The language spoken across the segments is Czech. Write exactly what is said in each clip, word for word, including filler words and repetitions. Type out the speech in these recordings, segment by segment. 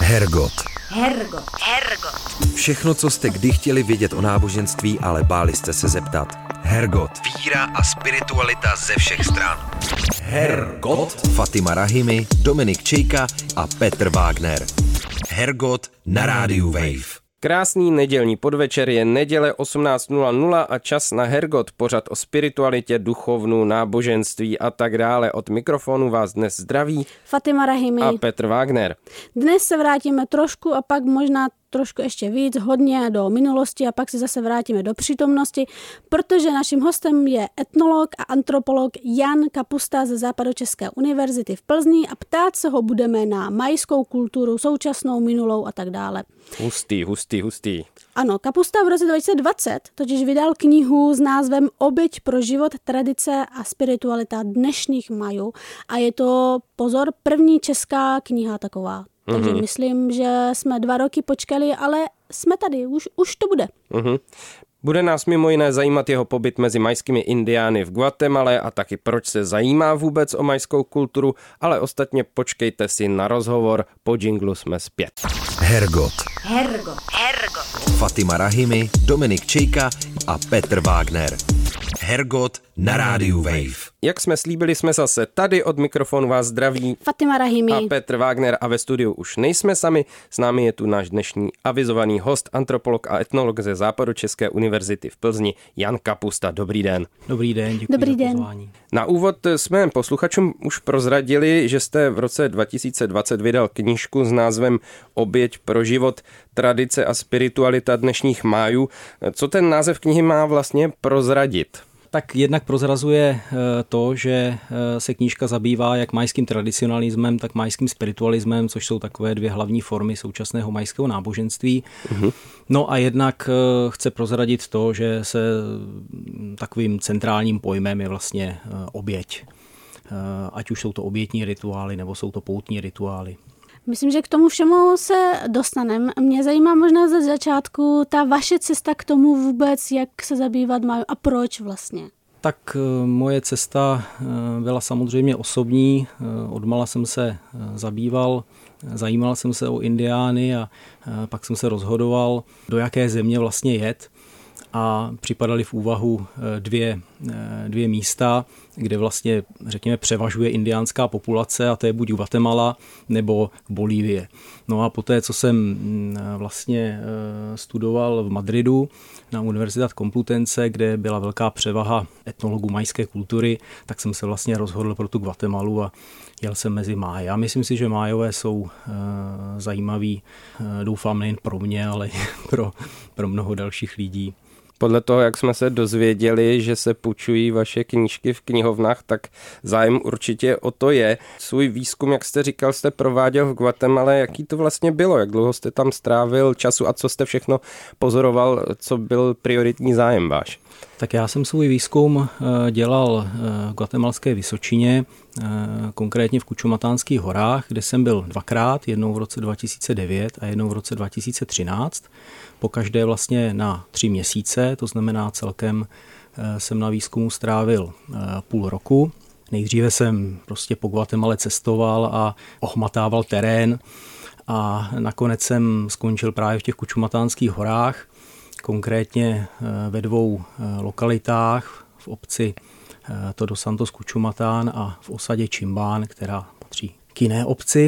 Hergot. Hergot. Hergot. Všechno, co jste kdy chtěli vědět o náboženství, ale báli jste se zeptat. Hergot. Víra a spiritualita ze všech stran. Hergot. Fatima Rahimi, Dominik Čejka a Petr Wagner. Hergot na rádiu Wave. Krásný nedělní podvečer, je neděle osmnáct nula nula a čas na Hergot, pořad o spiritualitě, duchovnu, náboženství a tak dále. Od mikrofonu vás dnes zdraví Fatima Rahimi a Petr Wagner. Dnes se vrátíme trošku a pak možná trošku ještě víc, hodně do minulosti a pak se zase vrátíme do přítomnosti, protože naším hostem je etnolog a antropolog Jan Kapusta ze Západočeské univerzity v Plzni a ptát se ho budeme na majskou kulturu, současnou, minulou a tak dále. Hustý, hustý, hustý. Ano, Kapusta v roce dva tisíce dvacet totiž vydal knihu s názvem Oběť pro život, tradice a spiritualita dnešních Majů a je to, pozor, první česká kniha taková. Takže mm-hmm. myslím, že jsme dva roky počkali, ale jsme tady, už, už to bude. Mm-hmm. Bude nás mimo jiné zajímat jeho pobyt mezi majskými indiány v Guatemale a taky proč se zajímá vůbec o majskou kulturu, ale ostatně počkejte si na rozhovor, po džinglu jsme zpět. Hergot. Hergot. Hergot. Fatima Rahimi, Dominik Čejka a Petr Wagner. Hergot na rádiu Wave. Jak jsme slíbili, jsme zase tady, od mikrofonu vás zdraví Fatima Rahimi a Petr Wagner a ve studiu už nejsme sami, s námi je tu náš dnešní avizovaný host, antropolog a etnolog ze Západočeské univerzity v Plzni, Jan Kapusta. Dobrý den. Dobrý den, děkuji Dobrý za den. pozvání. Na úvod jsme posluchačům už prozradili, že jste v roce dva tisíce dvacet vydal knížku s názvem Oběť pro život, tradice a spiritualita dnešních Májů. Co ten název knihy má vlastně prozradit? Tak jednak prozrazuje to, že se knížka zabývá jak majským tradicionalismem, tak majským spiritualismem, což jsou takové dvě hlavní formy současného majského náboženství. Uh-huh. No a jednak chce prozradit to, že se takovým centrálním pojmem je vlastně oběť. Ať už jsou to obětní rituály, nebo jsou to poutní rituály. Myslím, že k tomu všemu se dostaneme. Mě zajímá možná ze začátku ta vaše cesta k tomu vůbec, jak se zabývat Máju a proč vlastně. Tak moje cesta byla samozřejmě osobní. Odmala jsem se zabýval, zajímal jsem se o indiány a pak jsem se rozhodoval, do jaké země vlastně jet. A připadaly v úvahu dvě, dvě místa, kde vlastně, řekněme, převažuje indiánská populace, a to je buď Guatemala nebo Bolívie. No a poté, co jsem vlastně studoval v Madridu na Universitat Complutense, kde byla velká převaha etnologů majské kultury, tak jsem se vlastně rozhodl pro tu Guatemalu a jel jsem mezi Máje. A myslím si, že Májové jsou zajímaví, doufám nejen pro mě, ale i pro, pro mnoho dalších lidí. Podle toho, jak jsme se dozvěděli, že se půjčují vaše knížky v knihovnách, tak zájem určitě o to je. Svůj výzkum, jak jste říkal, jste prováděl v Guatemale. Jaký to vlastně bylo? Jak dlouho jste tam strávil času a co jste všechno pozoroval? Co byl prioritní zájem váš? Tak já jsem svůj výzkum dělal v guatemalské Vysočině, konkrétně v Kučumatánských horách, kde jsem byl dvakrát, jednou v roce dva tisíce devět a jednou v roce dva tisíce třináct. Pokaždé vlastně na tři měsíce, to znamená celkem jsem na výzkumu strávil půl roku. Nejdříve jsem prostě po Guatemale cestoval a ohmatával terén a nakonec jsem skončil právě v těch Kučumatánských horách, konkrétně ve dvou lokalitách, v obci Todos Santos Cuchumatán a v osadě Chimbán, která patří k jiné obci.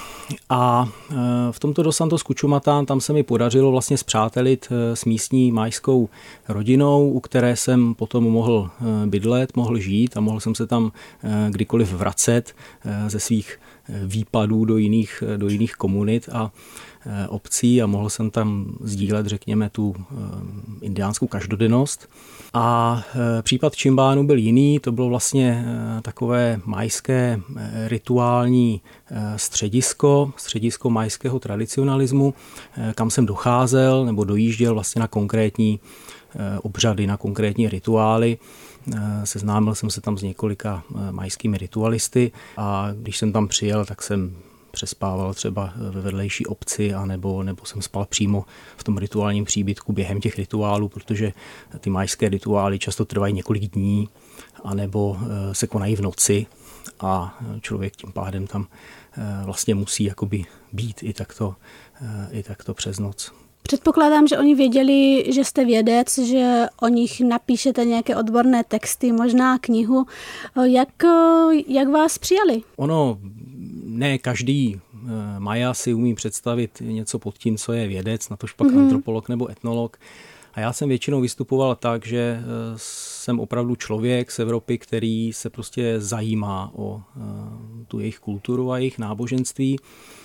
A v tomto Dos Santos Cuchumatán tam se mi podařilo vlastně spřátelit s místní majskou rodinou, u které jsem potom mohl bydlet, mohl žít a mohl jsem se tam kdykoliv vracet ze svých výpadů do jiných, do jiných komunit a obcí a mohl jsem tam sdílet, řekněme, tu indiánskou každodennost. A případ Chimbánu byl jiný, to bylo vlastně takové majské rituální středisko, středisko majského tradicionalismu, kam jsem docházel nebo dojížděl vlastně na konkrétní obřady, na konkrétní rituály. Seznámil jsem se tam s několika majskými ritualisty a když jsem tam přijel, tak jsem přespával třeba ve vedlejší obci a nebo, nebo jsem spal přímo v tom rituálním příbytku během těch rituálů, protože ty majské rituály často trvají několik dní a nebo se konají v noci a člověk tím pádem tam vlastně musí jakoby být i takto, i takto přes noc. Předpokládám, že oni věděli, že jste vědec, že o nich napíšete nějaké odborné texty, možná knihu. Jak, jak vás přijali? Ono, ne každý Maja si umí představit něco pod tím, co je vědec, natož pak mm-hmm. antropolog nebo etnolog. A já jsem většinou vystupoval tak, že jsem opravdu člověk z Evropy, který se prostě zajímá o tu jejich kulturu a jejich náboženství.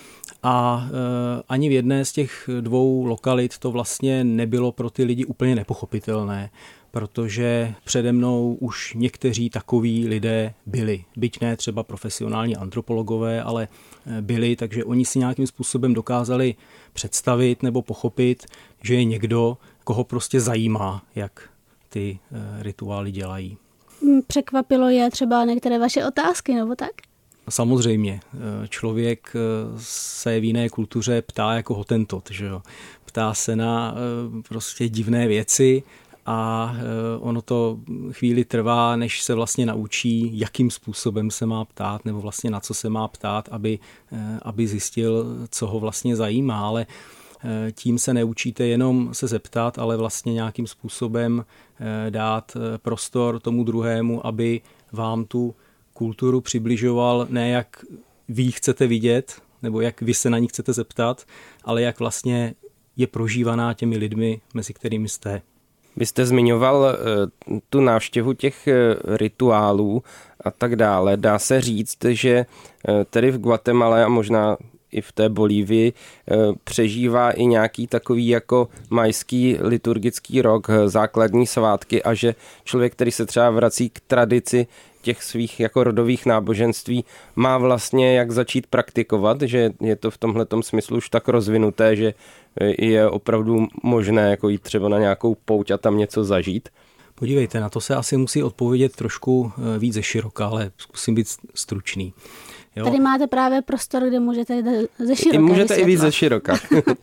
A ani v jedné z těch dvou lokalit to vlastně nebylo pro ty lidi úplně nepochopitelné, protože přede mnou už někteří takoví lidé byli. Byť ne třeba profesionální antropologové, ale byli, takže oni si nějakým způsobem dokázali představit nebo pochopit, že je někdo, koho prostě zajímá, jak ty rituály dělají. Překvapilo je třeba některé vaše otázky, nebo tak? Samozřejmě, člověk se v jiné kultuře ptá jako hotentot, že jo? Ptá se na prostě divné věci a ono to chvíli trvá, než se vlastně naučí, jakým způsobem se má ptát nebo vlastně na co se má ptát, aby, aby zjistil, co ho vlastně zajímá, ale tím se neučíte jenom se zeptat, ale vlastně nějakým způsobem dát prostor tomu druhému, aby vám tu kulturu přibližoval ne jak vy ji chcete vidět, nebo jak vy se na ní chcete zeptat, ale jak vlastně je prožívaná těmi lidmi, mezi kterými jste. Vy jste zmiňoval tu návštěvu těch rituálů a tak dále. Dá se říct, že tedy v Guatemala a možná i v té Bolívii přežívá i nějaký takový jako majský liturgický rok, základní svátky a že člověk, který se třeba vrací k tradici těch svých jako rodových náboženství, má vlastně jak začít praktikovat, že je to v tomhletom smyslu už tak rozvinuté, že je opravdu možné jako jít třeba na nějakou pouť a tam něco zažít? Podívejte, na to se asi musí odpovědět trošku víc ze široka, ale zkusím být stručný. Jo? Tady máte právě prostor, kde můžete ze široka I můžete vysvětlat. i víc ze široka.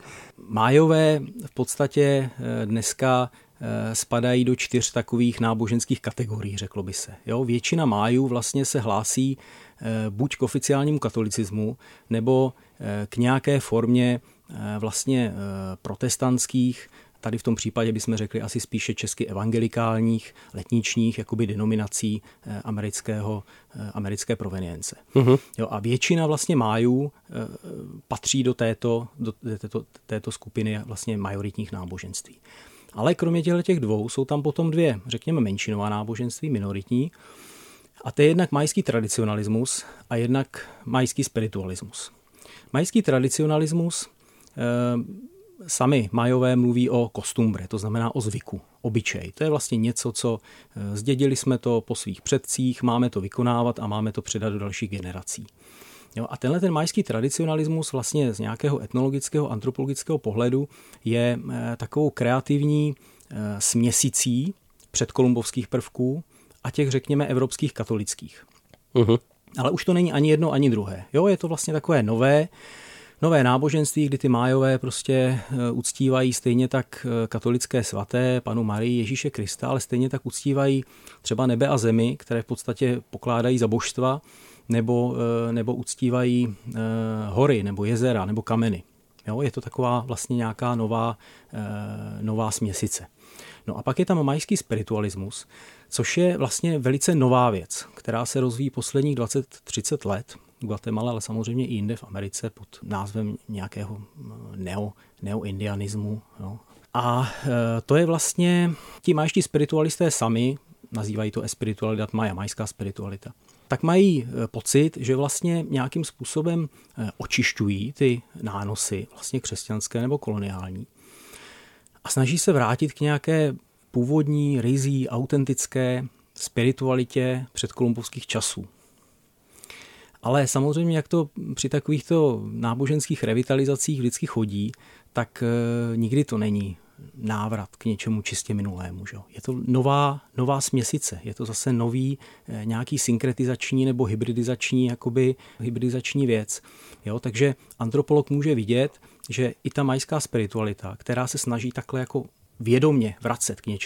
Májové v podstatě dneska spadají do čtyř takových náboženských kategorií, řeklo by se. Jo? Většina Májů vlastně se hlásí buď k oficiálnímu katolicismu, nebo k nějaké formě vlastně protestantských, tady v tom případě bychom řekli asi spíše česky evangelikálních, letničních jakoby denominací amerického, americké provenience. Uh-huh. Jo, a většina vlastně Májů patří do této, do této, této skupiny vlastně majoritních náboženství. Ale kromě těch dvou jsou tam potom dvě, řekněme, menšinová náboženství, minoritní. A to je jednak majský tradicionalismus a jednak majský spiritualismus. Majský tradicionalismus, e, sami Majové mluví o kostumbre, to znamená o zvyku, obyčej. To je vlastně něco, co e, zdědili jsme to po svých předcích, máme to vykonávat a máme to předat do dalších generací. Jo, a tenhle ten majský tradicionalismus vlastně z nějakého etnologického, antropologického pohledu je e, takovou kreativní e, směsicí předkolumbovských prvků a těch, řekněme, evropských katolických. Uh-huh. Ale už to není ani jedno, ani druhé. Jo, je to vlastně takové nové, nové náboženství, kdy ty Májové prostě uctívají stejně tak katolické svaté, Panu Marii, Ježíše Krista, ale stejně tak uctívají třeba nebe a zemi, které v podstatě pokládají za božstva, nebo, nebo uctívají hory, nebo jezera, nebo kameny. Jo, je to taková vlastně nějaká nová, nová směsice. No a pak je tam majský spiritualismus, což je vlastně velice nová věc, která se rozvíjí posledních dvacet třicet let v Guatemala, ale samozřejmě i jinde v Americe pod názvem nějakého neo, neoindianismu. No. A e, to je vlastně, ti majští spiritualisté sami, nazývají to espiritualidad maja, majská spiritualita, tak mají pocit, že vlastně nějakým způsobem očišťují ty nánosy, vlastně křesťanské nebo koloniální, a snaží se vrátit k nějaké původní, ryzí, autentické spiritualitě předkolumbovských časů. Ale samozřejmě, jak to při takovýchto náboženských revitalizacích vždycky chodí, tak e, nikdy to není návrat k něčemu čistě minulému. Že? Je to nová, nová směsice, je to zase nový e, nějaký synkretizační nebo hybridizační, jakoby hybridizační věc. Jo? Takže antropolog může vidět, že i ta majská spiritualita, která se snaží takhle jako vědomě vracet k něčemu,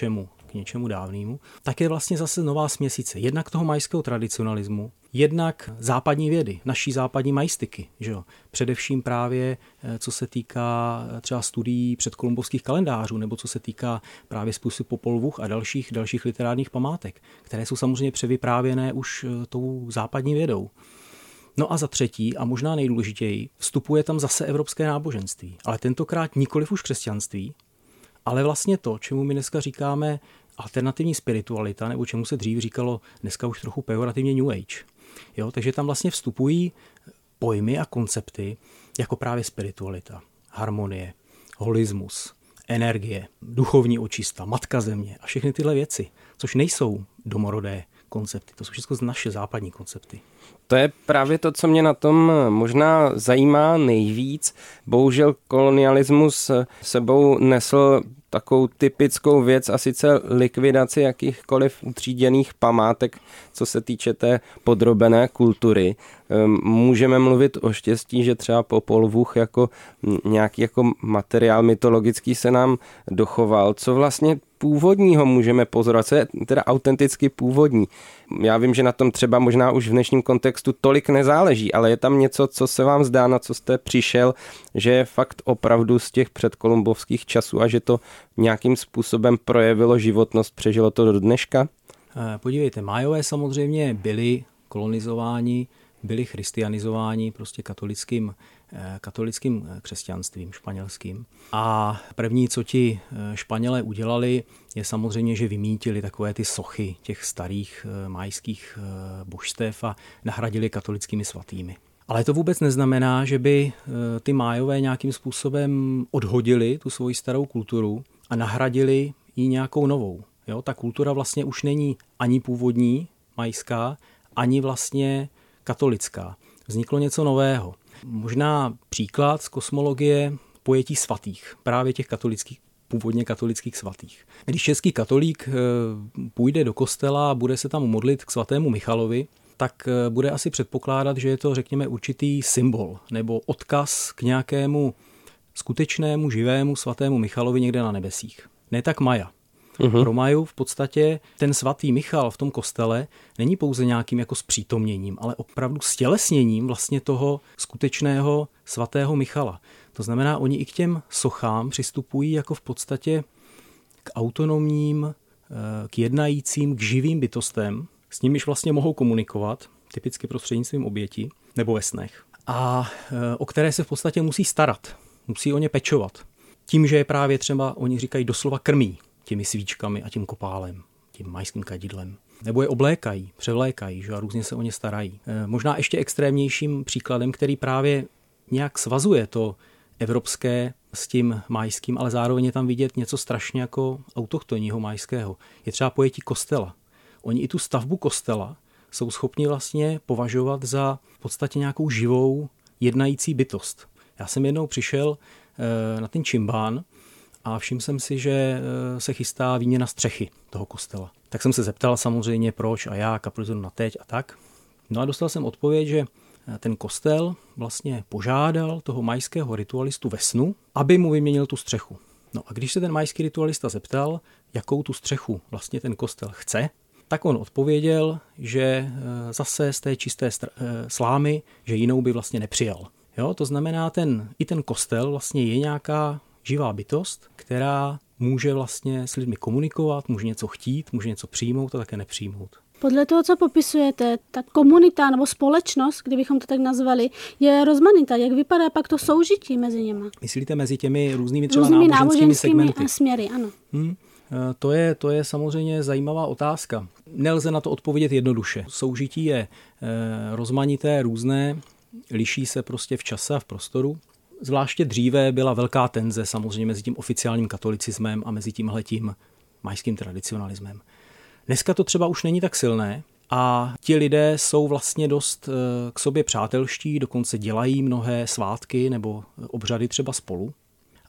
k něčemu dávnému, tak je vlastně zase nová směsice. Jednak toho majského tradicionalismu, jednak západní vědy, naší západní majstiky. Že jo? Především právě, co se týká třeba studií předkolumbovských kalendářů, nebo co se týká právě způsobu Popol Vuh a dalších, dalších literárních památek, které jsou samozřejmě převyprávěné už tou západní vědou. No a za třetí, a možná nejdůležitěji, vstupuje tam zase evropské náboženství. Ale tentokrát nikoliv už křesťanství, ale vlastně to, čemu my dneska říkáme alternativní spiritualita, nebo čemu se dřív říkalo dneska už trochu pejorativně New Age. Jo, takže tam vlastně vstupují pojmy a koncepty jako právě spiritualita, harmonie, holismus, energie, duchovní očista, matka země a všechny tyhle věci, což nejsou domorodé koncepty, to jsou všechno naše západní koncepty. To je právě to, co mě na tom možná zajímá nejvíc. Bohužel kolonialismus sebou nesl takovou typickou věc a sice likvidaci jakýchkoliv utříděných památek, co se týče té podrobené kultury. Můžeme mluvit o štěstí, že třeba Popol Vuh jako nějaký jako materiál mytologický se nám dochoval. Co vlastně původního můžeme pozorovat, co je teda autenticky původní. Já vím, že na tom třeba možná už v dnešním kontextu tolik nezáleží, ale je tam něco, co se vám zdá, na co jste přišel, že je fakt opravdu z těch předkolumbovských časů a že to nějakým způsobem projevilo životnost, přežilo to do dneška? Podívejte, Májové samozřejmě byli kolonizováni, byli christianizováni prostě katolickým, katolickým křesťanstvím španělským. A první, co ti Španělé udělali, je samozřejmě, že vymítili takové ty sochy těch starých májských božstev a nahradili katolickými svatými. Ale to vůbec neznamená, že by ty Májové nějakým způsobem odhodili tu svoji starou kulturu a nahradili ji nějakou novou. Jo, ta kultura vlastně už není ani původní majská, ani vlastně katolická. Vzniklo něco nového. Možná příklad z kosmologie pojetí svatých, právě těch katolických, původně katolických svatých. Když český katolík půjde do kostela a bude se tam modlit k svatému Michalovi, tak bude asi předpokládat, že je to, řekněme, určitý symbol nebo odkaz k nějakému skutečnému, živému svatému Michalovi někde na nebesích. Ne tak Maja. Uhum. Pro Maju v podstatě ten svatý Michal v tom kostele není pouze nějakým jako zpřítomněním, ale opravdu stělesněním vlastně toho skutečného svatého Michala. To znamená, oni i k těm sochám přistupují jako v podstatě k autonomním, k jednajícím, k živým bytostem, s nimiž vlastně mohou komunikovat, typicky prostřednictvím oběti nebo ve snech, a o které se v podstatě musí starat, musí o ně pečovat. Tím, že je právě třeba, oni říkají, doslova krmí těmi svíčkami a tím kopálem, tím majským kadidlem. Nebo je oblékají, převlékají, že a různě se o ně starají. E, možná ještě extrémnějším příkladem, který právě nějak svazuje to evropské s tím majským, ale zároveň je tam vidět něco strašně jako autochtonního majského. Je třeba pojetí kostela. Oni i tu stavbu kostela jsou schopni vlastně považovat za v podstatě nějakou živou jednající bytost. Já jsem jednou přišel e, na ten čimbán a všiml jsem si, že se chystá výměna střechy toho kostela. Tak jsem se zeptal samozřejmě proč a jak a proč na teď a tak. No a dostal jsem odpověď, že ten kostel vlastně požádal toho majského ritualistu ve snu, aby mu vyměnil tu střechu. No a když se ten majský ritualista zeptal, jakou tu střechu vlastně ten kostel chce, tak on odpověděl, že zase z té čisté slámy, že jinou by vlastně nepřijal. Jo, to znamená, ten, i ten kostel vlastně je nějaká živá bytost, která může vlastně s lidmi komunikovat, může něco chtít, může něco přijmout a také nepřijmout. Podle toho, co popisujete, ta komunita nebo společnost, kdybychom to tak nazvali, je rozmanitá. Jak vypadá pak to soužití mezi nimi? Myslíte mezi těmi různými třeba různými náboženskými, náboženskými segmenty? směry, ano. Hmm. To je, to je samozřejmě zajímavá otázka. Nelze na to odpovědět jednoduše. Soužití je eh, rozmanité, různé, liší se prostě v čase a v prostoru. Zvláště dříve byla velká tenze samozřejmě mezi tím oficiálním katolicismem a mezi tímhletím majským tradicionalismem. Dneska to třeba už není tak silné a ti lidé jsou vlastně dost k sobě přátelští, dokonce dělají mnohé svátky nebo obřady třeba spolu.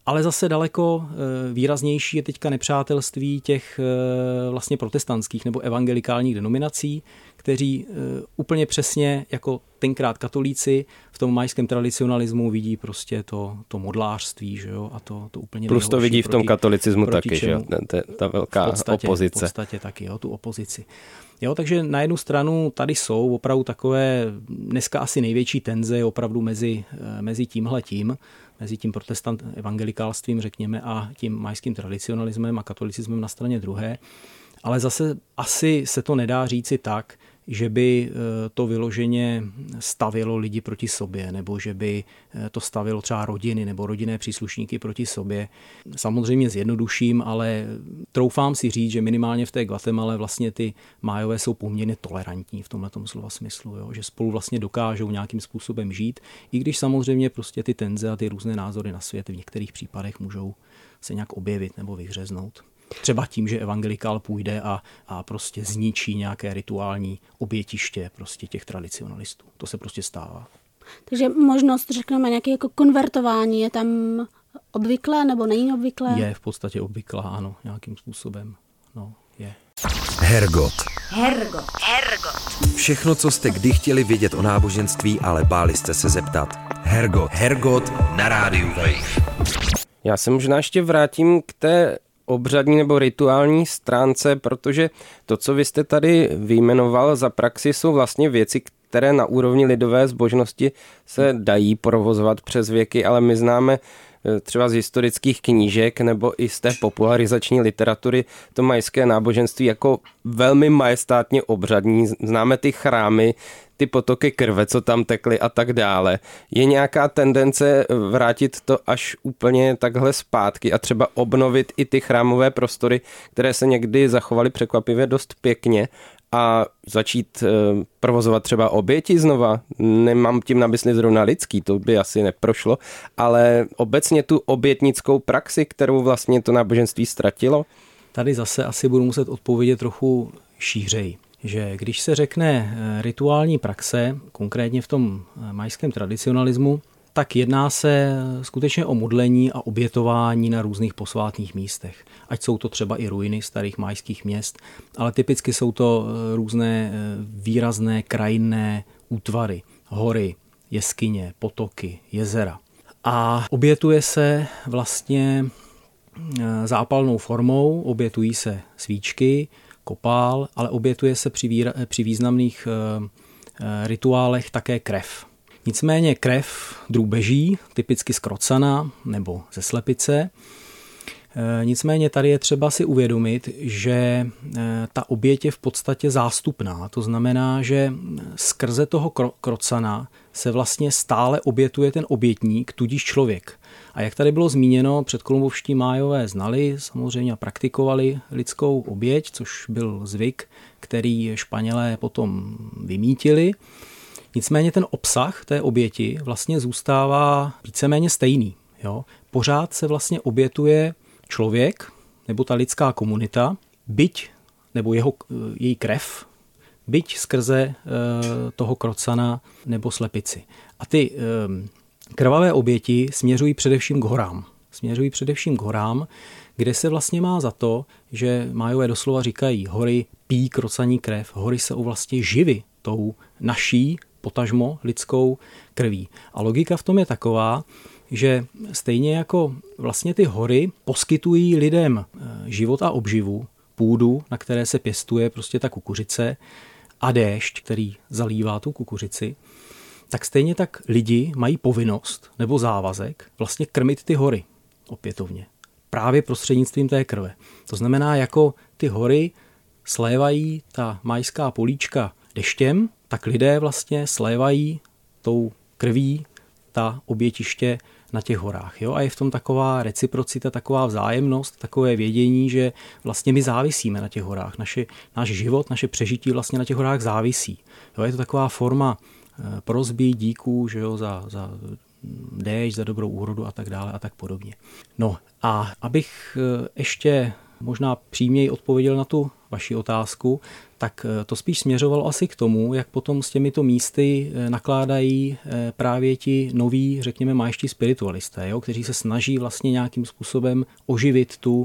Ale zase daleko výraznější je teďka nepřátelství těch vlastně protestantských nebo evangelikálních denominací, kteří úplně přesně jako tenkrát katolíci v tom majském tradicionalismu vidí prostě to, to modlářství, že jo, a to, to úplně plus to vidí proti, v tom katolicismu taky, čemu, že jo, ta velká v podstatě, opozice. V podstatě taky, jo, tu opozici. Jo, takže na jednu stranu tady jsou opravdu takové, dneska asi největší tenze je opravdu mezi, mezi tímhletím, mezi tím protestant evangelikálstvím, řekněme, a tím majským tradicionalismem a katolicismem na straně druhé. Ale zase asi se to nedá říci tak, že by to vyloženě stavilo lidi proti sobě, nebo že by to stavilo třeba rodiny nebo rodinné příslušníky proti sobě. Samozřejmě zjednoduším, ale troufám si říct, že minimálně v té Guatemale vlastně ty Májové jsou poměrně tolerantní v tomhletom slova smyslu, jo? Že spolu vlastně dokážou nějakým způsobem žít, i když samozřejmě prostě ty tenze a ty různé názory na svět v některých případech můžou se nějak objevit nebo vyhřeznout. Třeba tím, že evangelikál půjde a, a prostě zničí nějaké rituální obětiště prostě těch tradicionalistů. To se prostě stává. Takže možnost, řekneme, nějaké jako konvertování je tam obvyklé nebo není obvyklé? Je v podstatě obvyklá, ano, nějakým způsobem. No, je. Hergot. Hergot. Hergot. Všechno, co jste kdy chtěli vědět o náboženství, ale báli jste se zeptat. Hergot. Hergot na rádiu Wave. Já se možná ještě vrátím k té obřadní nebo rituální stránce, protože to, co vy jste tady vyjmenoval za praxi, jsou vlastně věci, které na úrovni lidové zbožnosti se dají provozovat přes věky, ale my známe třeba z historických knížek nebo i z té popularizační literatury to majské náboženství jako velmi majestátně obřadní. Známe ty chrámy, ty potoky krve, co tam tekly a tak dále. Je nějaká tendence vrátit to až úplně takhle zpátky a třeba obnovit i ty chrámové prostory, které se někdy zachovaly překvapivě dost pěkně a začít e, provozovat třeba oběti znova. Nemám tím na mysli zrovna lidský, to by asi neprošlo, ale obecně tu obětnickou praxi, kterou vlastně to náboženství ztratilo. Tady zase asi budu muset odpovědět trochu šířej, že když se řekne rituální praxe, konkrétně v tom majském tradicionalismu, tak jedná se skutečně o modlení a obětování na různých posvátných místech. Ať jsou to třeba i ruiny starých majských měst, ale typicky jsou to různé výrazné krajinné útvary, hory, jeskyně, potoky, jezera. A obětuje se vlastně zápalnou formou, obětují se svíčky, kopál, ale obětuje se při, výra, při významných e, rituálech také krev. Nicméně krev drůbeží, typicky z krocana nebo ze slepice. E, nicméně tady je třeba si uvědomit, že e, ta oběť je v podstatě zástupná. To znamená, že skrze toho kro, krocana se vlastně stále obětuje ten obětník, tudíž člověk. A jak tady bylo zmíněno, předkolumbovští Májové znali samozřejmě a praktikovali lidskou oběť, což byl zvyk, který Španělé potom vymítili. Nicméně ten obsah té oběti vlastně zůstává víceméně stejný. Jo? Pořád se vlastně obětuje člověk nebo ta lidská komunita, byť nebo jeho, její krev, byť skrze e, toho krocana nebo slepici. A ty e, krvavé oběti směřují především k horám. Směřují především k horám, kde se vlastně má za to, že Májové doslova říkají, hory pijí krocaní krev, hory se vlastně živí tou naší, potažmo lidskou krví. A logika v tom je taková, že stejně jako vlastně ty hory poskytují lidem život a obživu, půdu, na které se pěstuje prostě ta kukuřice a déšť, který zalívá tu kukuřici, tak stejně tak lidi mají povinnost nebo závazek vlastně krmit ty hory opětovně. Právě prostřednictvím té krve. To znamená, jako ty hory slévají ta majská políčka deštěm, tak lidé vlastně slévají tou krví ta obětiště na těch horách. Jo? A je v tom taková reciprocita, taková vzájemnost, takové vědění, že vlastně my závisíme na těch horách. Naše, náš život, naše přežití vlastně na těch horách závisí. Jo? Je to taková forma prosby, díků, že jo, za, za déšť, za dobrou úrodu a tak dále a tak podobně. No a abych ještě možná příměji odpověděl na tu vaši otázku, tak to spíš směřovalo asi k tomu, jak potom s těmito místy nakládají právě ti noví, řekněme, majští spiritualisté, jo, kteří se snaží vlastně nějakým způsobem oživit tu,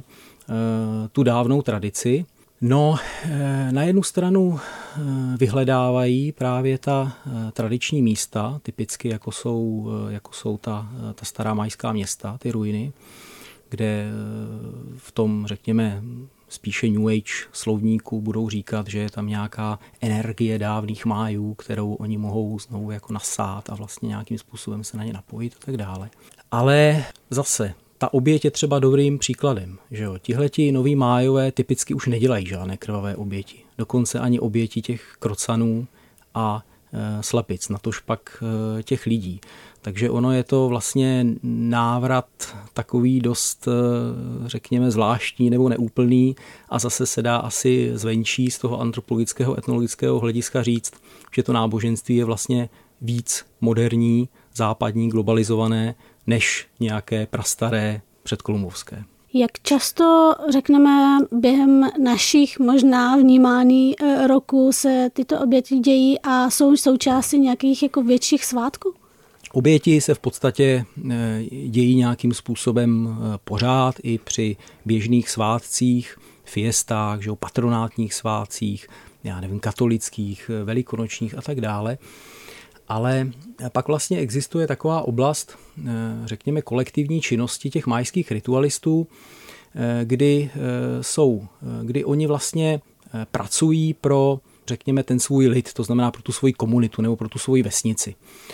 tu dávnou tradici. No, na jednu stranu vyhledávají právě ta tradiční místa, typicky jako jsou, jako jsou ta, ta stará majská města, ty ruiny, kde v tom, řekněme, spíše New Age slovníku budou říkat, že je tam nějaká energie dávných májů, kterou oni mohou znovu jako nasát a vlastně nějakým způsobem se na ně napojit a tak dále. Ale zase, ta oběť je třeba dobrým příkladem, že jo. Tihleti noví májové typicky už nedělají žádné krvavé oběti. Dokonce ani oběti těch krocanů a e, slepic, natož pak e, těch lidí. Takže ono je to vlastně návrat takový dost, řekněme, zvláštní nebo neúplný a zase se dá asi zvenčí z toho antropologického, etnologického hlediska říct, že to náboženství je vlastně víc moderní, západní, globalizované, než nějaké prastaré předkolumbovské. Jak často, řekneme, během našich možná vnímání roku se tyto oběti dějí a jsou součástí nějakých jako větších svátků? Oběti se v podstatě dějí nějakým způsobem pořád i při běžných svátcích, fiestách, že jo, patronátních svátcích, já nevím, katolických, velikonočních a tak dále. Ale pak vlastně existuje taková oblast, řekněme, kolektivní činnosti těch majských ritualistů, kdy jsou, kdy oni vlastně pracují pro, řekněme, ten svůj lid, to znamená pro tu svoji komunitu nebo pro tu svoji vesnici.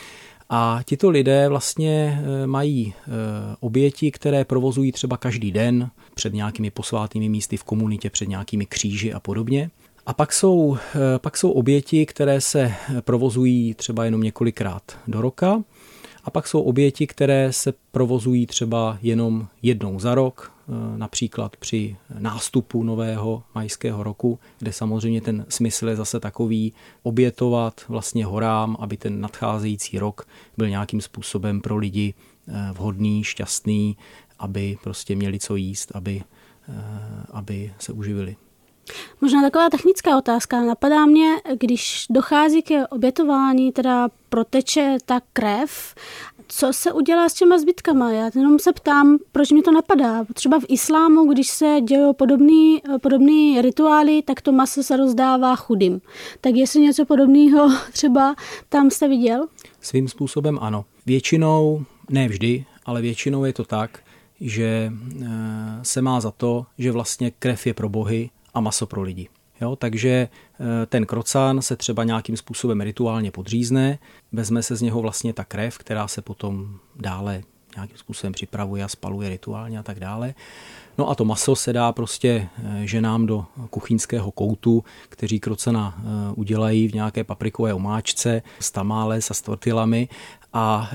A tito lidé vlastně mají oběti, které provozují třeba každý den před nějakými posvátnými místy v komunitě, před nějakými kříži a podobně. A pak jsou, pak jsou oběti, které se provozují třeba jenom několikrát do roka. A pak jsou oběti, které se provozují třeba jenom jednou za rok, například při nástupu nového majského roku, kde samozřejmě ten smysl je zase takový obětovat vlastně horám, aby ten nadcházející rok byl nějakým způsobem pro lidi vhodný, šťastný, aby prostě měli co jíst, aby, aby se uživili. Možná taková technická otázka. Napadá mě, když dochází k obětování, teda proteče ta krev, co se udělá s těma zbytkama? Já jenom se ptám, proč mi to napadá. Třeba v islámu, když se dějí podobný, podobný rituály, tak to maso se rozdává chudým. Tak jestli něco podobného třeba tam jste viděl? Svým způsobem ano. Většinou, ne vždy, ale většinou je to tak, že se má za to, že vlastně krev je pro bohy a maso pro lidi. Jo, takže ten krocán se třeba nějakým způsobem rituálně podřízne, vezme se z něho vlastně ta krev, která se potom dále nějakým způsobem připravuje a spaluje rituálně a tak dále. No a to maso se dá prostě ženám do kuchyňského koutu, kteří krocana udělají v nějaké paprikové omáčce s tamales a s tortilami a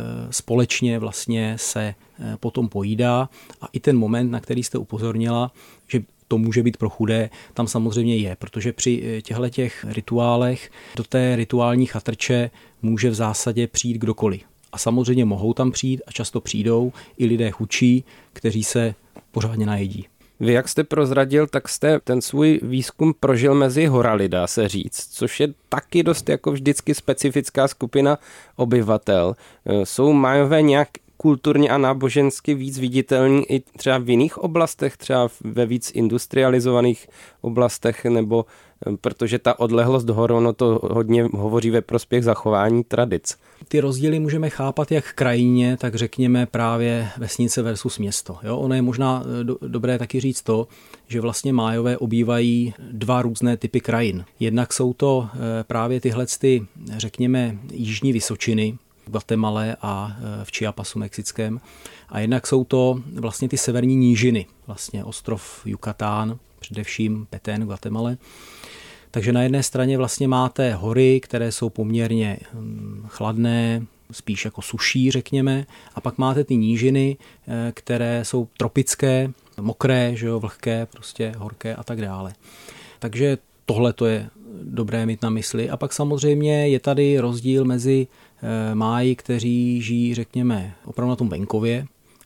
společně vlastně se potom pojídá. A i ten moment, na který jste upozornila, že to může být pro chudé, tam samozřejmě je, protože při těchto rituálech do té rituální chatrče může v zásadě přijít kdokoliv. A samozřejmě mohou tam přijít a často přijdou i lidé chudší, kteří se pořádně najedí. Vy, jak jste prozradil, tak jste ten svůj výzkum prožil mezi horali, dá se říct, což je taky dost jako vždycky specifická skupina obyvatel. Jsou Majové nějak kulturně a nábožensky víc viditelní i třeba v jiných oblastech, třeba ve víc industrializovaných oblastech, nebo protože ta odlehlost hor, ono to hodně hovoří ve prospěch zachování tradic. Ty rozdíly můžeme chápat jak krajině, tak řekněme právě vesnice versus město. Jo? Ono je možná do, dobré taky říct to, že vlastně Májové obývají dva různé typy krajin. Jednak jsou to právě tyhle, ty, řekněme, jižní vysočiny, v Guatemale a v Chiapasu mexickém. A jednak jsou to vlastně ty severní nížiny, vlastně ostrov Yucatán, především Petén v Guatemale. Takže na jedné straně vlastně máte hory, které jsou poměrně chladné, spíš jako suší, řekněme, a pak máte ty nížiny, které jsou tropické, mokré, že jo, vlhké, prostě horké a tak dále. Takže tohle to je dobré mít na mysli. A pak samozřejmě je tady rozdíl mezi Máji, kteří žijí, řekněme, opravdu na tom venkově,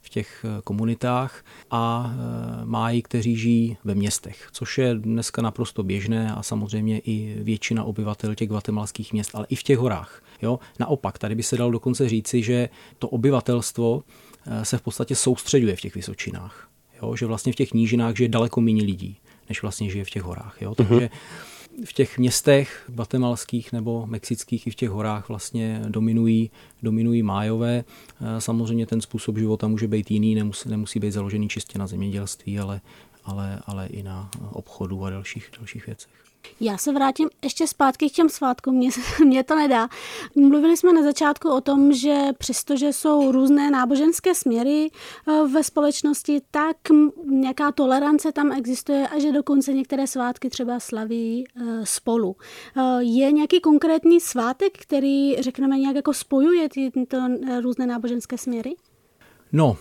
v těch komunitách a máji, kteří žijí ve městech, což je dneska naprosto běžné a samozřejmě i většina obyvatel těch guatemalských měst, ale i v těch horách. Jo? Naopak, tady by se dalo dokonce říci, že to obyvatelstvo se v podstatě soustředuje v těch vysočinách. Jo? Že vlastně v těch nížinách žije daleko méně lidí, než vlastně žije v těch horách. Jo? Takže uh-huh. v těch městech guatemalských nebo mexických i v těch horách vlastně dominují, dominují májové. Samozřejmě ten způsob života může být jiný, nemusí, nemusí být založený čistě na zemědělství, ale, ale, ale i na obchodu a dalších, dalších věcech. Já se vrátím ještě zpátky k těm svátkům, mě, mě to nedá. Mluvili jsme na začátku o tom, že přestože jsou různé náboženské směry ve společnosti, tak nějaká tolerance tam existuje a že dokonce některé svátky třeba slaví spolu. Je nějaký konkrétní svátek, který, řekneme, nějak jako spojuje tyto různé náboženské směry? No,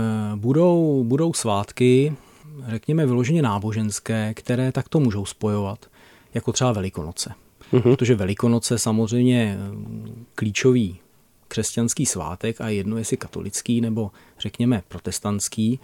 budou, budou svátky, řekněme vyloženě náboženské, které takto můžou spojovat. Jako třeba Velikonoce. Mm-hmm. Protože Velikonoce samozřejmě klíčový křesťanský svátek a jedno jestli katolický nebo řekněme protestantský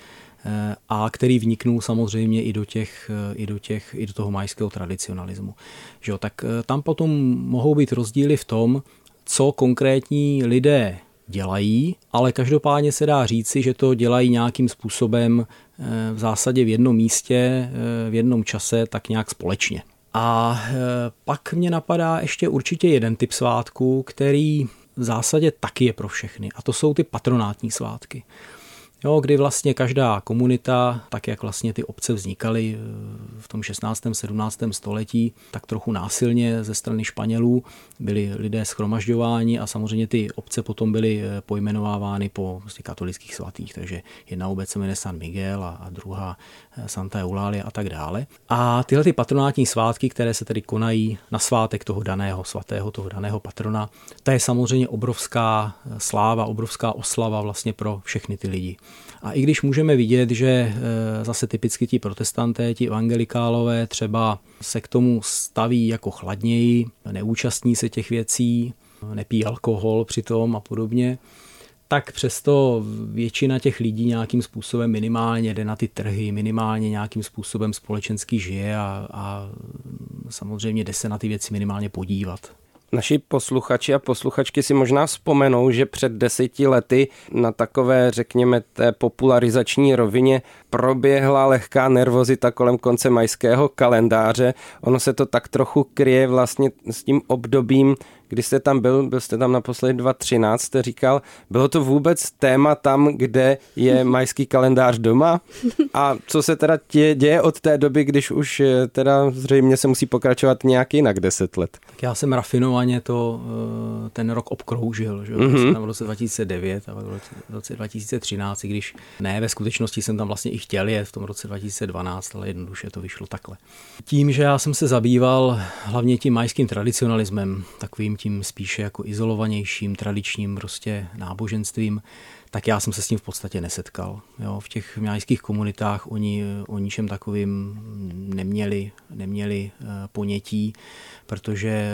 a který vniknul samozřejmě i do těch, i do těch, i do toho majského tradicionalismu. Že jo, tak tam potom mohou být rozdíly v tom, co konkrétní lidé dělají, ale každopádně se dá říci, že to dělají nějakým způsobem v zásadě v jednom místě, v jednom čase, tak nějak společně. A pak mě napadá ještě určitě jeden typ svátků, který v zásadě taky je pro všechny. A to jsou ty patronátní svátky. Jo, kdy vlastně každá komunita, tak jak vlastně ty obce vznikaly v tom šestnáctém sedmnáctém století, tak trochu násilně ze strany Španělů byli lidé shromažďováni a samozřejmě ty obce potom byly pojmenovávány po prostě katolických svatých, takže jedna obec se jmenuje San Miguel a, a druhá Santa Eulalia a tak dále. A tyhle ty patronátní svátky, které se tedy konají na svátek toho daného svatého, toho daného patrona, to je samozřejmě obrovská sláva, obrovská oslava vlastně pro všechny ty lidi. A i když můžeme vidět, že zase typicky ti protestanté, ti evangelikálové třeba se k tomu staví jako chladněji, neúčastní se těch věcí, nepí alkohol přitom a podobně, tak přesto většina těch lidí nějakým způsobem minimálně jde na ty trhy, minimálně nějakým způsobem společensky žije a, a samozřejmě jde se na ty věci minimálně podívat. Naši posluchači a posluchačky si možná vzpomenou, že před deseti lety na takové, řekněme, té popularizační rovině proběhla lehká nervozita kolem konce majského kalendáře. Ono se to tak trochu kryje vlastně s tím obdobím, kdy jste tam byl, byl jste tam naposledy dva tisíce třináct, jste říkal, bylo to vůbec téma tam, kde je majský kalendář doma? A co se teda tě, děje od té doby, když už teda zřejmě se musí pokračovat nějak jinak deset let? Tak já jsem rafinovaně to ten rok obkroužil, že? Mm-hmm. Jsem v roce dva tisíce devět a v roce dva tisíce třináct, i když ne, ve skutečnosti jsem tam vlastně i chtěl jet v tom roce dva tisíce dvanáct, ale jednoduše to vyšlo takhle. Tím, že já jsem se zabýval hlavně tím majským tradicionalismem, takovým tím spíše jako izolovanějším, tradičním prostě náboženstvím, tak já jsem se s tím v podstatě nesetkal. Jo, v těch majských komunitách oni o ničem takovým neměli, neměli ponětí, protože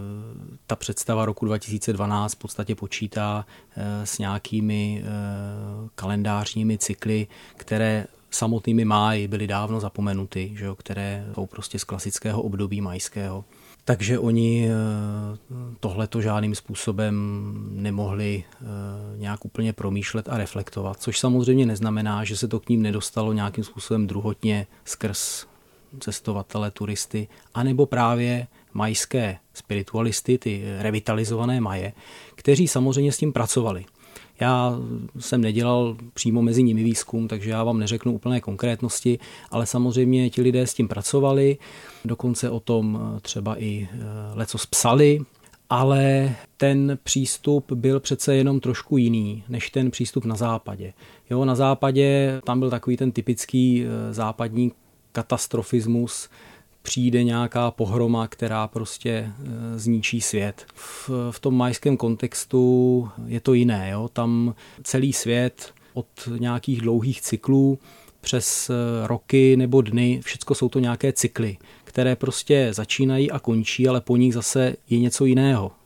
ta představa roku dva tisíce dvanáct v podstatě počítá s nějakými kalendářními cykly, které samotnými máji byly dávno zapomenuty, že jo, které jsou prostě z klasického období majského. Takže oni tohleto žádným způsobem nemohli nějak úplně promýšlet a reflektovat, což samozřejmě neznamená, že se to k ním nedostalo nějakým způsobem druhotně skrz cestovatele, turisty, anebo právě majské spiritualisty, ty revitalizované maje, kteří samozřejmě s tím pracovali. Já jsem nedělal přímo mezi nimi výzkum, takže já vám neřeknu úplné konkrétnosti, ale samozřejmě ti lidé s tím pracovali, dokonce o tom třeba i lecos psali, ale ten přístup byl přece jenom trošku jiný než ten přístup na západě. Jo, na západě tam byl takový ten typický západní katastrofismus, přijde nějaká pohroma, která prostě zničí svět. V, v tom majském kontextu je to jiné. Jo? Tam celý svět od nějakých dlouhých cyklů přes roky nebo dny, všecko jsou to nějaké cykly, které prostě začínají a končí, ale po nich zase je něco jiného.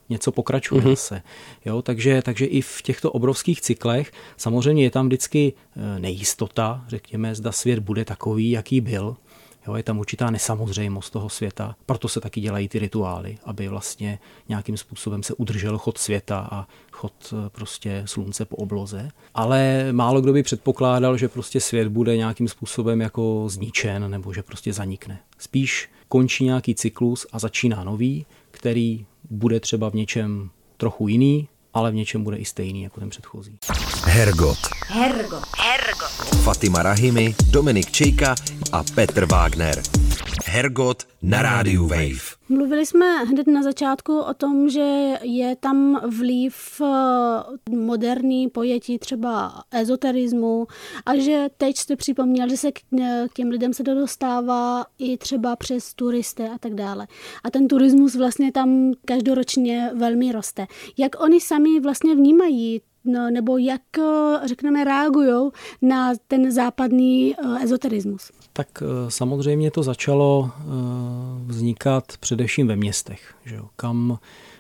něco pokračuje mm-hmm. zase. Jo, takže, takže i v těchto obrovských cyklech samozřejmě je tam vždycky nejistota, řekněme, zda svět bude takový, jaký byl. Jo, je tam určitá nesamozřejmost toho světa, proto se taky dělají ty rituály, aby vlastně nějakým způsobem se udržel chod světa a chod prostě slunce po obloze. Ale málo kdo by předpokládal, že prostě svět bude nějakým způsobem jako zničen nebo že prostě zanikne. Spíš končí nějaký cyklus a začíná nový, který bude třeba v něčem trochu jiný, ale v něčem bude i stejný jako ten předchozí. Hergot. Hergot. Hergot. Fatima Rahimi, Dominik Čejka a Petr Wagner. Hergot na rádiu Wave. Mluvili jsme hned na začátku o tom, že je tam vliv moderní pojetí třeba ezoterismu a že teď jste připomněl, že se k těm lidem se to dostává i třeba přes turisty a tak dále. A ten turismus vlastně tam každoročně velmi roste. Jak oni sami vlastně vnímají no, nebo jak, řekneme, reagují na ten západní ezoterismus? Tak samozřejmě to začalo vznikat především ve městech, že jo, kam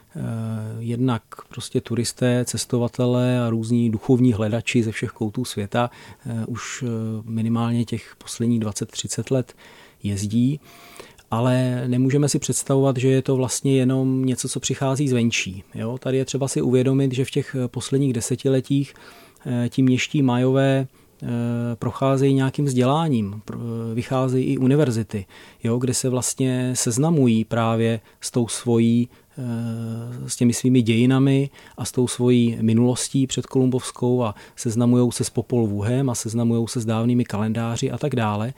jednak prostě turisté, cestovatelé a různí duchovní hledači ze všech koutů světa už minimálně těch posledních dvacet třicet let jezdí. Ale nemůžeme si představovat, že je to vlastně jenom něco, co přichází zvenčí. Jo? Tady je třeba si uvědomit, že v těch posledních desetiletích ti měští Majové procházejí nějakým vzděláním, vycházejí i univerzity, jo? Kde se vlastně seznamují právě s tou svojí, s těmi svými dějinami a s tou svojí minulostí předkolumbovskou a seznamujou se s Popol Vuhem a seznamují se s dávnými kalendáři a tak dále.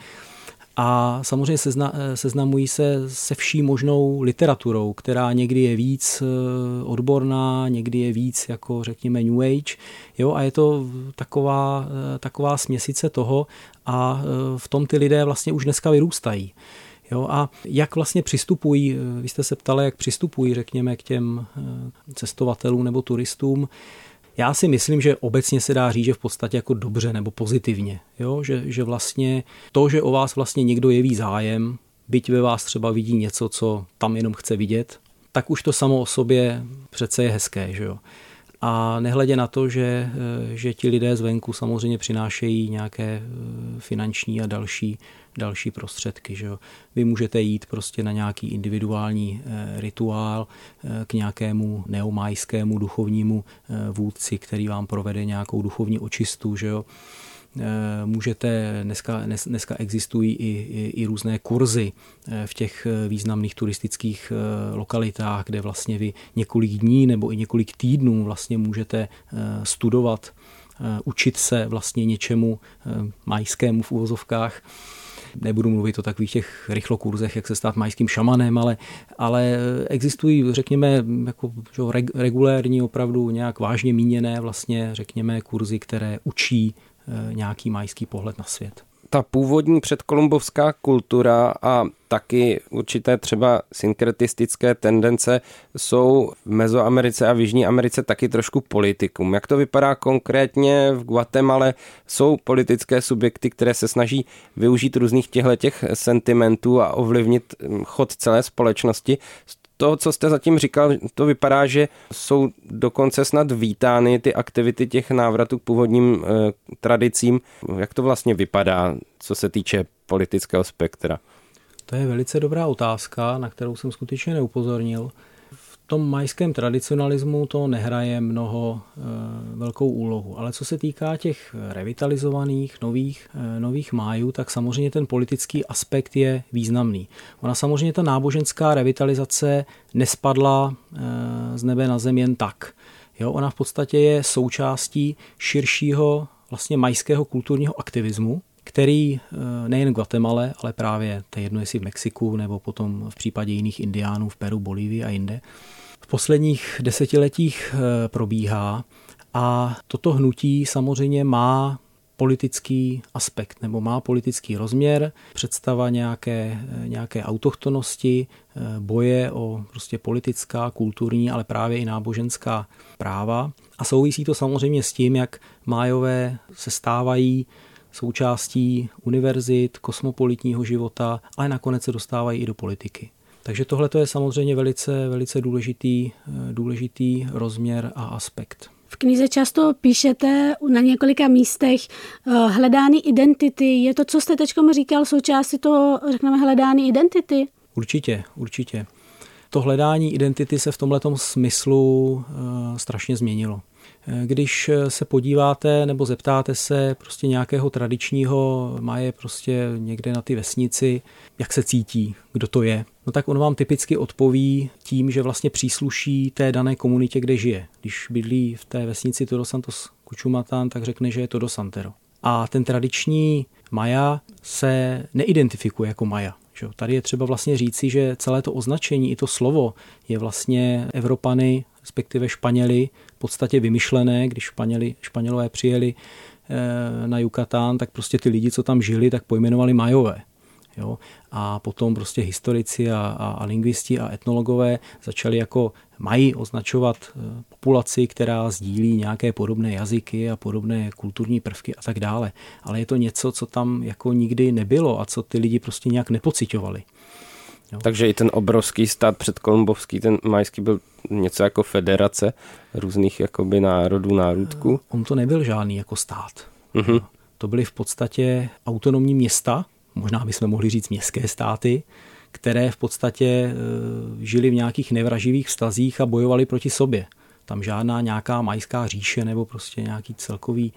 A samozřejmě sezna, seznamují se se vší možnou literaturou, která někdy je víc odborná, někdy je víc jako řekněme New Age. Jo, a je to taková, taková směsice toho a v tom ty lidé vlastně už dneska vyrůstají. Jo, a jak vlastně přistupují, vy jste se ptali, jak přistupují řekněme k těm cestovatelům nebo turistům. Já si myslím, že obecně se dá říct, že v podstatě jako dobře nebo pozitivně. Jo? Že, že vlastně to, že o vás vlastně někdo jeví zájem, byť ve vás třeba vidí něco, co tam jenom chce vidět, tak už to samo o sobě přece je hezké. Že jo? A nehledě na to, že, že ti lidé zvenku samozřejmě přinášejí nějaké finanční a další, další prostředky. Že jo. Vy můžete jít prostě na nějaký individuální rituál k nějakému neomajskému duchovnímu vůdci, který vám provede nějakou duchovní očistu. Že jo. Můžete, dneska, dneska existují i, i, i různé kurzy v těch významných turistických lokalitách, kde vlastně vy několik dní nebo i několik týdnů vlastně můžete studovat, učit se vlastně něčemu majskému v uvozovkách. Nebudu mluvit o takových těch rychlokurzech, jak se stát majským šamanem, ale, ale existují, řekněme, jako regulérní, opravdu nějak vážně míněné vlastně, řekněme, kurzy, které učí nějaký majský pohled na svět. Ta původní předkolumbovská kultura a taky určité třeba synkretistické tendence jsou v Mezoamerice a v Jižní Americe taky trošku politikum. Jak to vypadá konkrétně v Guatemale? Jsou politické subjekty, které se snaží využít různých těchto sentimentů a ovlivnit chod celé společnosti. To, co jste zatím říkal, to vypadá, že jsou dokonce snad vítány ty aktivity těch návratů k původním e, tradicím. Jak to vlastně vypadá, co se týče politického spektra? To je velice dobrá otázka, na kterou jsem skutečně neupozornil. V tom majském tradicionalismu to nehraje mnoho e, velkou úlohu, ale co se týká těch revitalizovaných nových, e, nových májů, tak samozřejmě ten politický aspekt je významný. Ona samozřejmě ta náboženská revitalizace nespadla e, z nebe na zem jen tak. Jo, ona v podstatě je součástí širšího vlastně majského kulturního aktivismu, který nejen v Guatemale, ale právě to je jedno, jestli v Mexiku nebo potom v případě jiných indiánů v Peru, Bolívii a jinde, v posledních desetiletích probíhá a toto hnutí samozřejmě má politický aspekt nebo má politický rozměr, představa nějaké, nějaké autochtonosti, boje o prostě politická, kulturní, ale právě i náboženská práva a souvisí to samozřejmě s tím, jak Májové se stávají součástí univerzit, kosmopolitního života, ale nakonec se dostávají i do politiky. Takže tohle je samozřejmě velice, velice důležitý, důležitý rozměr a aspekt. V knize často píšete na několika místech hledání identity. Je to, co jste teď říkal, součástí toho, řekneme, hledání identity? Určitě, určitě. To hledání identity se v tomhletom smyslu uh, strašně změnilo. Když se podíváte nebo zeptáte se prostě nějakého tradičního Maje prostě někde na ty vesnici, jak se cítí, kdo to je, no tak on vám typicky odpoví tím, že vlastně přísluší té dané komunitě, kde žije. Když bydlí v té vesnici Todos Santos Cuchumatan, tak řekne, že je Todos Santero. A ten tradiční Maja se neidentifikuje jako Maja. Tady je třeba vlastně říci, že celé to označení i to slovo je vlastně Evropany, respektive Španěli, v podstatě vymyšlené. Když Španěli, Španělové přijeli na Yucatán, tak prostě ty lidi, co tam žili, tak pojmenovali Majové. Jo? A potom prostě historici a, a, a lingvisti a etnologové začali jako Maji označovat populaci, která sdílí nějaké podobné jazyky a podobné kulturní prvky a tak dále. Ale je to něco, co tam jako nikdy nebylo a co ty lidi prostě nějak nepociťovali. Jo? Takže i ten obrovský stát předkolumbovský, ten majský, byl něco jako federace různých jakoby národů, národků? On to nebyl žádný jako stát. Mm-hmm. To byly v podstatě autonomní města, možná bychom mohli říct městské státy, které v podstatě žili v nějakých nevraživých vztazích a bojovali proti sobě. Tam žádná nějaká majská říše nebo prostě nějaký celkový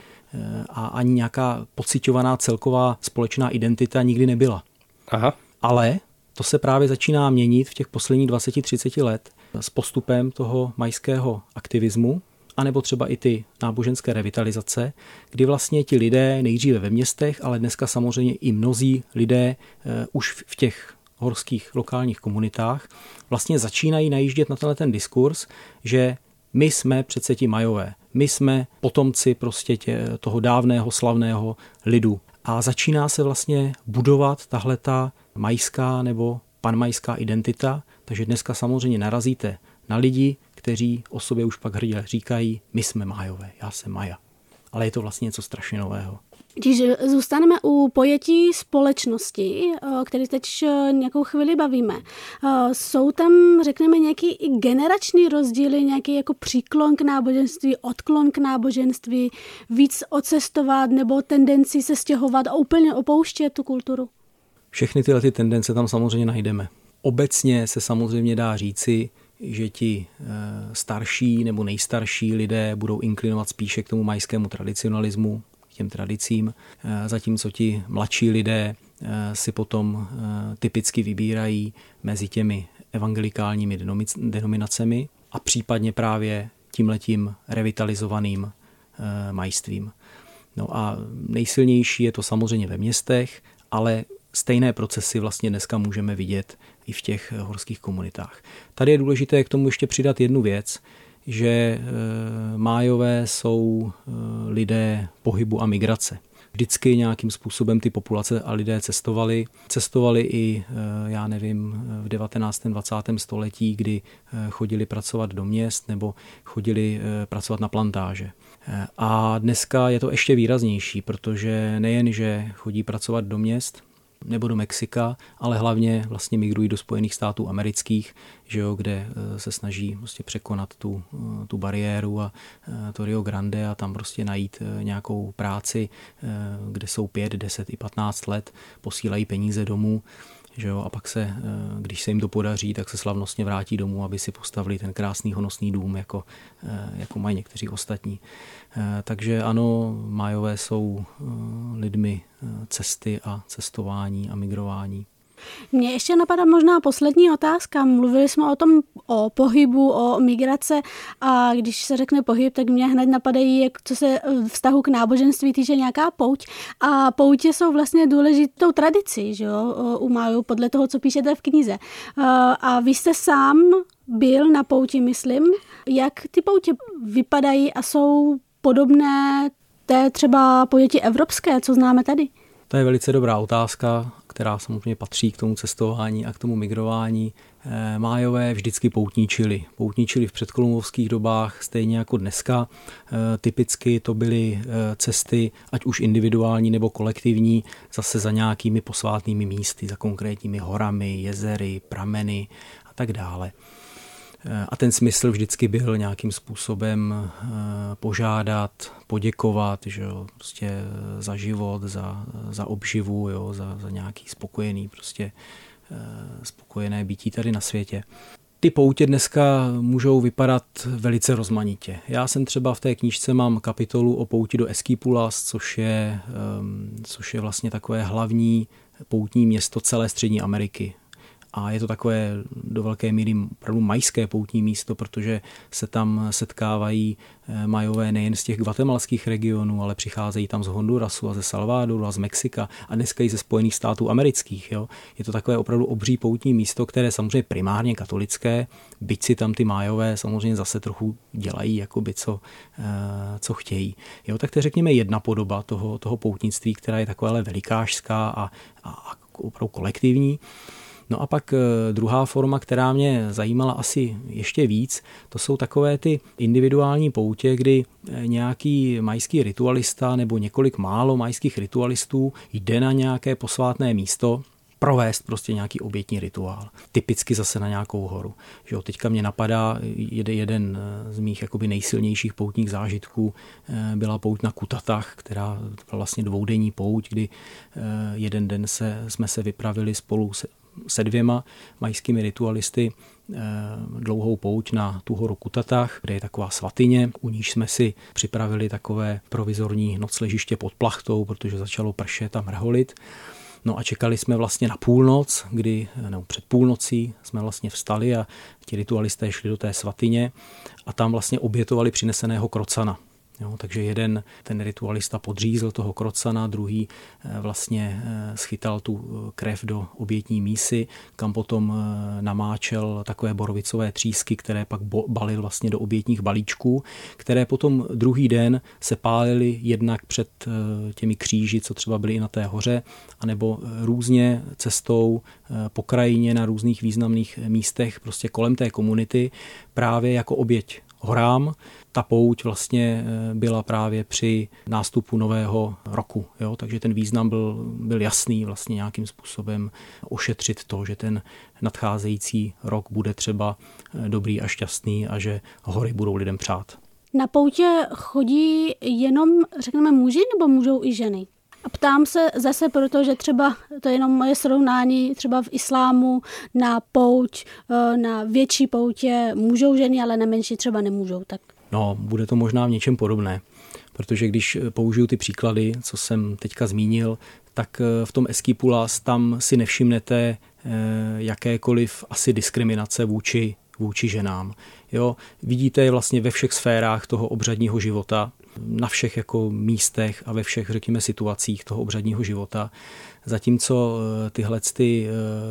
a ani nějaká pociťovaná celková společná identita nikdy nebyla. Aha. Ale to se právě začíná měnit v těch posledních dvacet třicet let s postupem toho majského aktivismu, anebo třeba i ty náboženské revitalizace, kdy vlastně ti lidé nejdříve ve městech, ale dneska samozřejmě i mnozí lidé uh, už v těch horských lokálních komunitách vlastně začínají najíždět na tenhle ten diskurs, že my jsme přece ti Majové, my jsme potomci prostě tě, toho dávného slavného lidu. A začíná se vlastně budovat tahleta majská nebo panmajská identita, takže dneska samozřejmě narazíte na lidi, kteří o sobě už pak hrdě říkají, my jsme Majové, já jsem Maja. Ale je to vlastně něco strašně nového. Když zůstaneme u pojetí společnosti, o který teď nějakou chvíli bavíme, jsou tam, řekneme, nějaký i generační rozdíly, nějaký jako příklon k náboženství, odklon k náboženství, víc odcestovat nebo tendenci se stěhovat a úplně opouštět tu kulturu? Všechny tyhle ty tendence tam samozřejmě najdeme. Obecně se samozřejmě dá říci, že ti starší nebo nejstarší lidé budou inklinovat spíše k tomu majskému tradicionalismu, k těm tradicím, zatímco ti mladší lidé si potom typicky vybírají mezi těmi evangelikálními denominacemi a případně právě tímhletím revitalizovaným majstvím. No a nejsilnější je to samozřejmě ve městech, ale stejné procesy vlastně dneska můžeme vidět i v těch horských komunitách. Tady je důležité k tomu ještě přidat jednu věc, že Májové jsou lidé pohybu a migrace. Vždycky nějakým způsobem ty populace a lidé cestovali. Cestovali i, já nevím, v devatenáctém dvacátém století, kdy chodili pracovat do měst nebo chodili pracovat na plantáže. A dneska je to ještě výraznější, protože nejen, že chodí pracovat do měst nebo do Mexika, ale hlavně vlastně migrují do Spojených států amerických, že jo, kde se snaží prostě překonat tu, tu bariéru a to Rio Grande a tam prostě najít nějakou práci, kde jsou pět, deset i patnáct let, posílají peníze domů, že jo, a pak se, když se jim to podaří, tak se slavnostně vrátí domů, aby si postavili ten krásný honosný dům, jako, jako mají někteří ostatní. Takže ano, Májové jsou lidmi cesty a cestování a migrování. Mně ještě napadá možná poslední otázka. Mluvili jsme o tom, o pohybu, o migrace a když se řekne pohyb, tak mě hned napadají, jak co se vztahu k náboženství týče, nějaká pouť. A poutě jsou vlastně důležitou tradicí, že jo, u Májů, podle toho, co píšete v knize. A vy jste sám byl na pouti, myslím. Jak ty poutě vypadají a jsou podobné té třeba pojetí evropské, co známe tady? To je velice dobrá otázka, která samozřejmě patří k tomu cestování a k tomu migrování. Májové vždycky poutničili. Poutničili v předkolumbovských dobách, stejně jako dneska. Typicky to byly cesty, ať už individuální nebo kolektivní, zase za nějakými posvátnými místy, za konkrétními horami, jezery, prameny a tak dále. A ten smysl vždycky byl nějakým způsobem požádat, poděkovat, že jo, prostě za život, za, za obživu, jo, za, za nějaký spokojený, prostě spokojené bytí tady na světě. Ty poutě dneska můžou vypadat velice rozmanitě. Já jsem třeba v té knížce mám kapitolu o pouti do Esquipulas, což je, což je vlastně takové hlavní poutní město celé Střední Ameriky. A je to takové do velké míry opravdu majské poutní místo, protože se tam setkávají Majové nejen z těch guatemalských regionů, ale přicházejí tam z Hondurasu a ze Salvadoru a z Mexika a dneska i ze Spojených států amerických. Jo. Je to takové opravdu obří poutní místo, které samozřejmě primárně katolické, byť si tam ty Majové samozřejmě zase trochu dělají, jakoby co, co chtějí. Jo, tak to je řekněme jedna podoba toho, toho poutnictví, která je taková velikářská a, a, a opravdu kolektivní. No a pak druhá forma, která mě zajímala asi ještě víc, to jsou takové ty individuální poutě, kdy nějaký majský ritualista nebo několik málo majských ritualistů jde na nějaké posvátné místo, provést prostě nějaký obětní rituál. Typicky zase na nějakou horu. Že jo, teďka mě napadá jede jeden z mých jakoby nejsilnějších poutních zážitků, byla pouť na Kutatách, která byla vlastně dvoudenní pouť, kdy jeden den se, jsme se vypravili spolu se se dvěma majskými ritualisty dlouhou pouť na tu horu Kutatách, kde je taková svatyně, u níž jsme si připravili takové provizorní nocležiště pod plachtou, protože začalo pršet a mrholit. No a čekali jsme vlastně na půlnoc, kdy, nebo před půlnocí jsme vlastně vstali a ti ritualisté šli do té svatyně a tam vlastně obětovali přineseného krocana. Jo, takže jeden ten ritualista podřízl toho krocana, druhý vlastně schytal tu krev do obětní mísy, kam potom namáčel takové borovicové třísky, které pak balil vlastně do obětních balíčků, které potom druhý den se pálily jednak před těmi kříži, co třeba byly i na té hoře, anebo různě cestou po krajině na různých významných místech prostě kolem té komunity právě jako oběť horám. Ta pouť vlastně byla právě při nástupu nového roku. Jo? Takže ten význam byl, byl jasný vlastně nějakým způsobem ošetřit to, že ten nadcházející rok bude třeba dobrý a šťastný a že hory budou lidem přát. Na poutě chodí jenom, řekneme, muži nebo můžou i ženy? A ptám se zase proto, že třeba, to je jenom moje srovnání, třeba v islámu na pouť, na větší poutě můžou ženy, ale na menší třeba nemůžou. Tak. No, bude to možná v něčem podobné, protože když použiju ty příklady, co jsem teďka zmínil, tak v tom Esquipulas tam si nevšimnete jakékoliv asi diskriminace vůči, vůči ženám. Jo, vidíte je vlastně ve všech sférách toho obřadního života, na všech jako místech a ve všech, řekněme, situacích toho obřadního života. Zatímco tyhle ty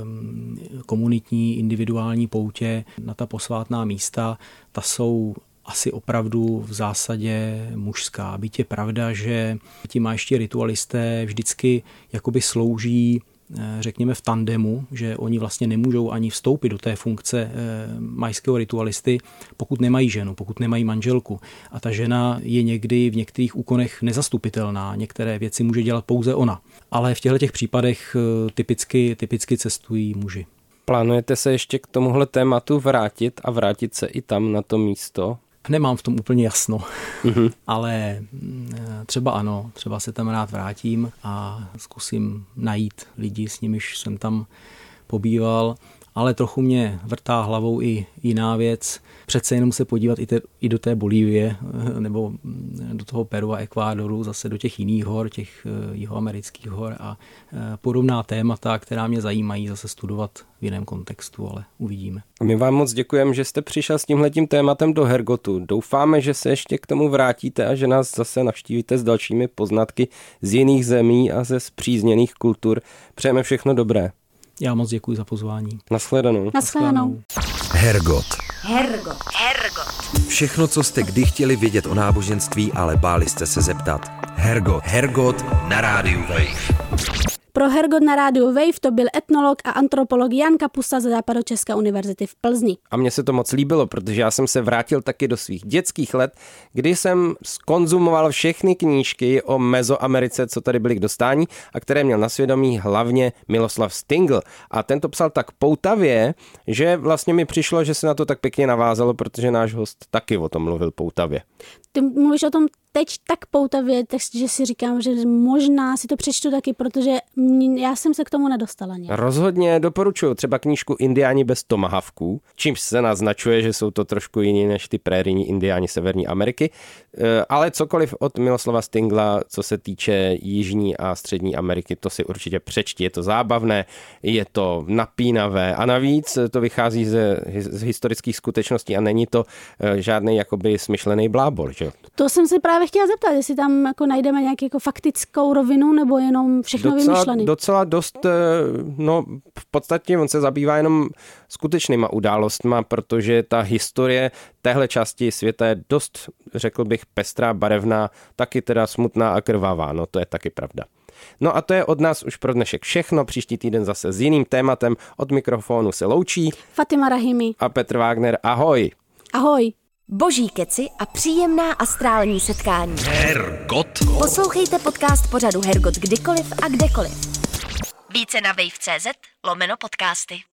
komunitní, individuální poutě na ta posvátná místa, ta jsou asi opravdu v zásadě mužská. Byť je pravda, že ti majští ritualisté vždycky jakoby slouží, řekněme, v tandemu, že oni vlastně nemůžou ani vstoupit do té funkce majského ritualisty, pokud nemají ženu, pokud nemají manželku. A ta žena je někdy v některých úkonech nezastupitelná, některé věci může dělat pouze ona. Ale v těchto těch případech typicky, typicky cestují muži. Plánujete se ještě k tomuhle tématu vrátit a vrátit se i tam na to místo? Nemám v tom úplně jasno, mm-hmm. ale třeba ano, třeba se tam rád vrátím a zkusím najít lidi, s nimiž jsem tam pobýval, ale trochu mě vrtá hlavou i jiná věc. Přece jenom se podívat i, te, i do té Bolívie nebo do toho Peru a Ekvádoru, zase do těch jiných hor, těch jihoamerických hor a podobná témata, která mě zajímají, zase studovat v jiném kontextu, ale uvidíme. My vám moc děkujeme, že jste přišel s tímhletím tématem do Hergotu. Doufáme, že se ještě k tomu vrátíte a že nás zase navštívíte s dalšími poznatky z jiných zemí a ze spřízněných kultur. Přejeme všechno dobré. Já moc děkuji za pozvání. Nashledanou. Nashledanou. Hergot. Hergot. Hergot. Všechno, co jste kdy chtěli vědět o náboženství, ale báli jste se zeptat. Hergot. Hergot na rádiu Wave. Pro Hergot na rádiu Wave to byl etnolog a antropolog Jan Kapusta ze Západočeské univerzity v Plzni. A mně se to moc líbilo, protože já jsem se vrátil taky do svých dětských let, kdy jsem skonzumoval všechny knížky o Mezoamerice, co tady byly k dostání a které měl na svědomí hlavně Miloslav Stingl. A ten to psal tak poutavě, že vlastně mi přišlo, že se na to tak pěkně navázalo, protože náš host taky o tom mluvil poutavě. Ty mluvíš o tom teď tak poutavě, takže si říkám, že možná si to přečtu taky, protože mě, já jsem se k tomu nedostala nějak. Rozhodně doporučuji třeba knížku Indiáni bez tomahawků, čímž se naznačuje, že jsou to trošku jiní než ty prérijní indiáni Severní Ameriky, ale cokoliv od Miloslava Stingla, co se týče Jižní a Střední Ameriky, to si určitě přečti. Je to zábavné, je to napínavé a navíc to vychází ze, z historických skutečností a není to žádný jakoby smyšlený blábol, že? To jsem se právě chtěla zeptat, jestli tam jako najdeme nějakou jako faktickou rovinu nebo jenom všechno docela, vymyšlený. Docela dost, no v podstatě on se zabývá jenom skutečnýma událostma, protože ta historie téhle části světa je dost, řekl bych, pestrá, barevná, taky teda smutná a krvavá, no to je taky pravda. No a to je od nás už pro dnešek všechno, příští týden zase s jiným tématem, od mikrofonu se loučí Fatima Rahimi a Petr Wagner, ahoj. Ahoj. Boží keci a příjemná astrální setkání. Hergot. Poslouchejte podcast pořadu Hergot kdykoliv a kdekoliv. Více na wave tečka cz lomeno podcasty.